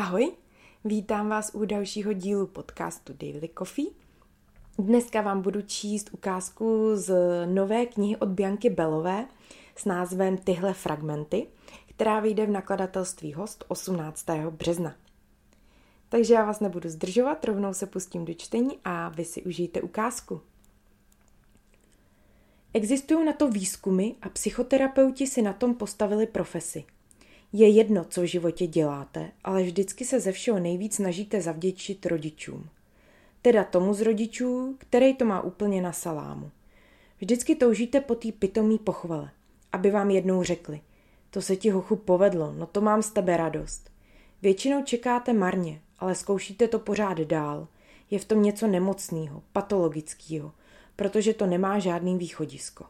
Ahoj, vítám vás u dalšího dílu podcastu Daily Coffee. Dneska vám budu číst ukázku z nové knihy od Bianky Bellové s názvem Tyhle fragmenty, která vyjde v nakladatelství Host 18. března. Takže já vás nebudu zdržovat, rovnou se pustím do čtení a vy si užijte ukázku. Existují na to výzkumy a psychoterapeuti si na tom postavili profesi. Je jedno, co v životě děláte, ale vždycky se ze všeho nejvíc snažíte zavděčit rodičům. Teda tomu z rodičů, který to má úplně na salámu. Vždycky toužíte po té pitomý pochvale, aby vám jednou řekli: to se ti, hochu, povedlo, no to mám z tebe radost. Většinou čekáte marně, ale zkoušíte to pořád dál. Je v tom něco nemocného, patologického, protože to nemá žádný východisko.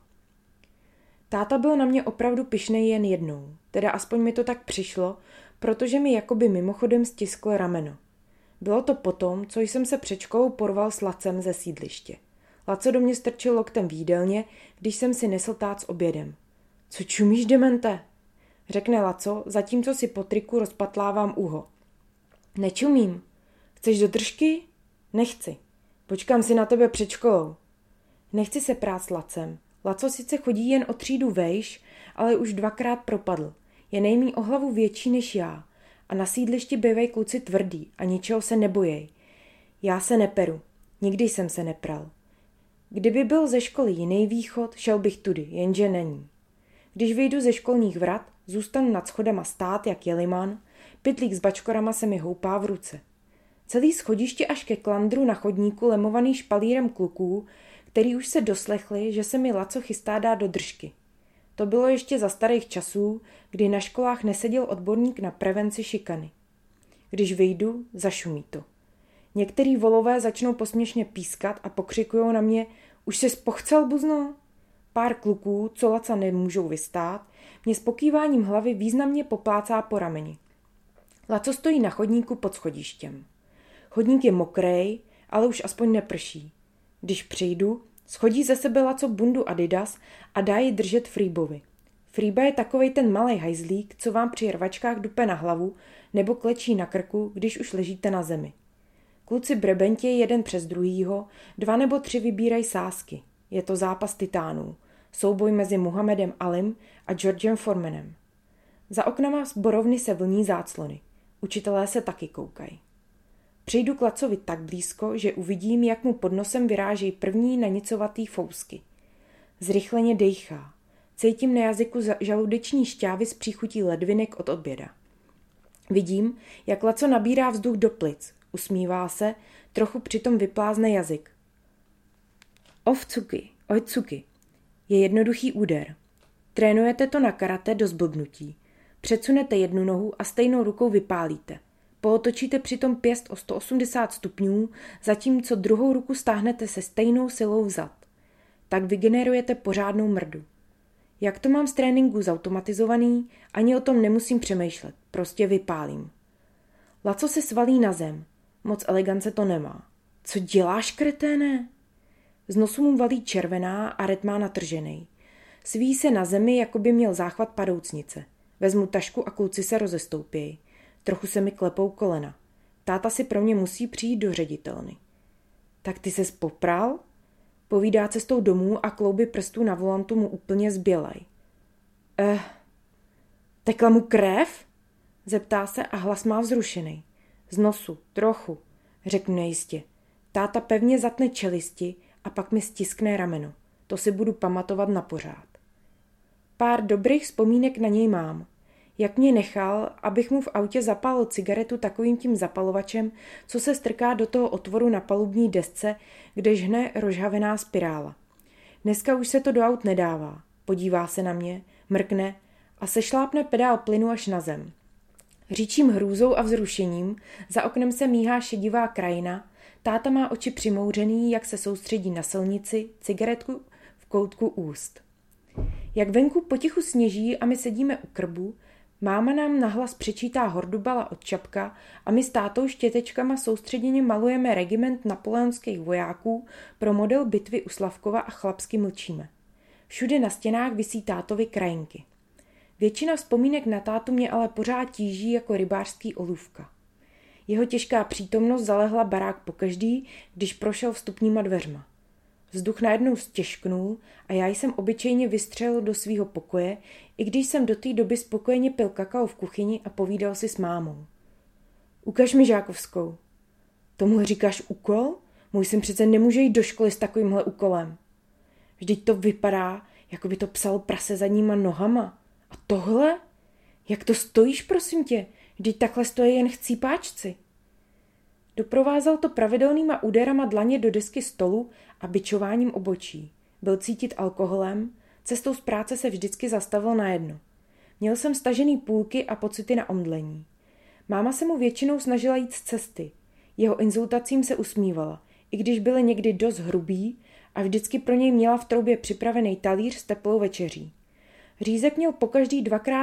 Táta byl na mě opravdu pyšnej jen jednou, teda aspoň mi to tak přišlo, protože mi jakoby mimochodem stiskl rameno. Bylo to potom, co jsem se před školou porval s Lacem ze sídliště. Laco do mě strčil loktem v jídelně, když jsem si nesl tát s obědem. Co čumíš, demente? Řekne Laco, zatímco si po triku rozpatlávám uho. Nečumím. Chceš do držky? Nechci. Počkám si na tebe před školou. Nechci se prát s Lacem. Laco sice chodí jen o třídu vejš, ale už dvakrát propadl. Je nejmí o hlavu větší než já. A na sídlišti bývají kluci tvrdý a ničeho se nebojej. Já se neperu. Nikdy jsem se nepral. Kdyby byl ze školy jiný východ, šel bych tudy, jenže není. Když vyjdu ze školních vrat, zůstanu nad schodama stát jak jeliman, pytlík s bačkorama se mi houpá v ruce. Celý schodiště až ke klandru na chodníku lemovaný špalírem kluků, který už se doslechli, že se mi Laco chystá dát do držky. To bylo ještě za starých časů, kdy na školách neseděl odborník na prevenci šikany. Když vyjdu, zašumí to. Některý volové začnou posměšně pískat a pokřikujou na mě: už se pochcel, buzno? Pár kluků, co Laca nemůžou vystát, mě s pokýváním hlavy významně poplácá po rameni. Laco stojí na chodníku pod schodištěm. Chodník je mokrej, ale už aspoň neprší. Když přijdu, schodí ze sebe Laco bundu Adidas a dá ji držet Frýbovi. Frýba je takovej ten malej hajzlík, co vám při rvačkách dupe na hlavu nebo klečí na krku, když už ležíte na zemi. Kluci brebentějí jeden přes druhýho, 2 nebo 3 vybírají sázky. Je to zápas titánů. Souboj mezi Muhammedem Alim a Georgem Foremanem. Za oknama z borovny se vlní záclony. Učitelé se taky koukají. Přijdu k Lacovi tak blízko, že uvidím, jak mu pod nosem vyrážejí první nanicovatý fousky. Zrychleně dejchá. Cítím na jazyku žaludeční šťávy s příchutí ledvinek od oběda. Vidím, jak Laco nabírá vzduch do plic. Usmívá se, trochu přitom vyplázne jazyk. Ovcuky, ojcuky. Je jednoduchý úder. Trénujete to na karate do zblbnutí. Předsunete jednu nohu a stejnou rukou vypálíte. Pootočíte přitom pěst o 180 stupňů, zatímco druhou ruku stáhnete se stejnou silou vzad. Tak vygenerujete pořádnou mrdu. Jak to mám z tréninku zautomatizovaný, ani o tom nemusím přemýšlet, prostě vypálím. Laco se svalí na zem, moc elegance to nemá. Co děláš, kreténe? Z nosu mu valí červená a ret má natrženej. Svíjí se na zemi, jako by měl záchvat padoucnice. Vezmu tašku a kluci se rozestoupějí. Trochu se mi klepou kolena. Táta si pro mě musí přijít do ředitelny. Tak ty ses popral? Povídá cestou domů a klouby prstů na volantu mu úplně zbělej. Tekla mu krev? Zeptá se a hlas má vzrušený. Z nosu, trochu, řeknu nejistě. Táta pevně zatne čelisti a pak mi stiskne rameno. To si budu pamatovat na pořád. Pár dobrých vzpomínek na něj mám. Jak mě nechal, abych mu v autě zapálil cigaretu takovým tím zapalovačem, co se strká do toho otvoru na palubní desce, kde žhne rozhavená spirála. Dneska už se to do aut nedává. Podívá se na mě, mrkne a sešlápne pedál plynu až na zem. Říčím hrůzou a vzrušením, za oknem se míhá šedivá krajina, táta má oči přimouřený, jak se soustředí na silnici, cigaretku v koutku úst. Jak venku potichu sněží a my sedíme u krbu, máma nám nahlas přečítá Hordubala od Čapka a my s tátou štětečkama soustředěně malujeme regiment napoleonských vojáků pro model bitvy u Slavkova a chlapsky mlčíme. Všude na stěnách visí tátovy krajinky. Většina vzpomínek na tátu mě ale pořád tíží jako rybářský olůvka. Jeho těžká přítomnost zalehla barák pokaždý, když prošel vstupníma dveřma. Vzduch najednou stěžknul a já jsem obyčejně vystřelil do svého pokoje, i když jsem do té doby spokojeně pil kakao v kuchyni a povídal si s mámou. Ukaž mi žákovskou. Tomuhle říkáš úkol? Můj syn přece nemůže jít do školy s takovýmhle úkolem. Vždyť to vypadá, jako by to psal prase zadníma nohama. A tohle? Jak to stojíš, prosím tě? Vždyť takhle stojí jen chcípáčci. Doprovázel to pravidelnýma úderama dlaně do desky stolu a bičováním obočí. Byl cítit alkoholem, cestou z práce se vždycky zastavil na jedno. Měl jsem stažený půlky a pocity na omdlení. Máma se mu většinou snažila jít z cesty. Jeho inzultacím se usmívala, i když byly někdy dost hrubý a vždycky pro něj měla v troubě připravený talíř s teplou večeří. Řízek měl pokaždý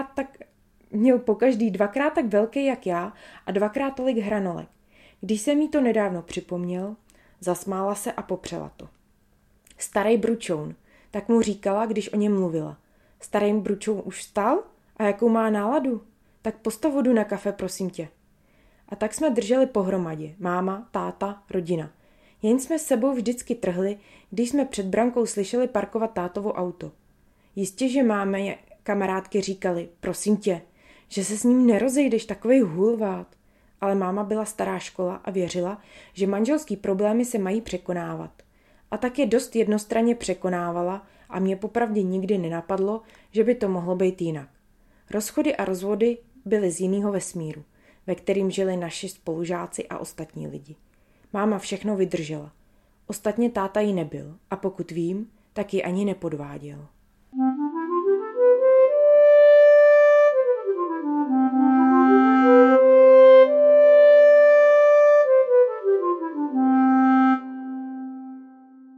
dvakrát tak velký jak já a dvakrát tolik hranolek. Když jsem jí to nedávno připomněl, zasmála se a popřela to. Starej bručoun, tak mu říkala, když o něm mluvila. Starej bručoun už vstal? A jakou má náladu? Tak postav vodu na kafe, prosím tě. A tak jsme drželi pohromadě, máma, táta, rodina. Jen jsme s sebou vždycky trhli, když jsme před brankou slyšeli parkovat tátovo auto. Jistě, že máme, kamarádky říkali, prosím tě, že se s ním nerozejdeš, takovej hulvát. Ale máma byla stará škola a věřila, že manželský problémy se mají překonávat. A tak je dost jednostranně překonávala a mě popravdě nikdy nenapadlo, že by to mohlo být jinak. Rozchody a rozvody byly z jiného vesmíru, ve kterým žili naši spolužáci a ostatní lidi. Máma všechno vydržela. Ostatně táta jí nebyl a pokud vím, tak ji ani nepodváděl.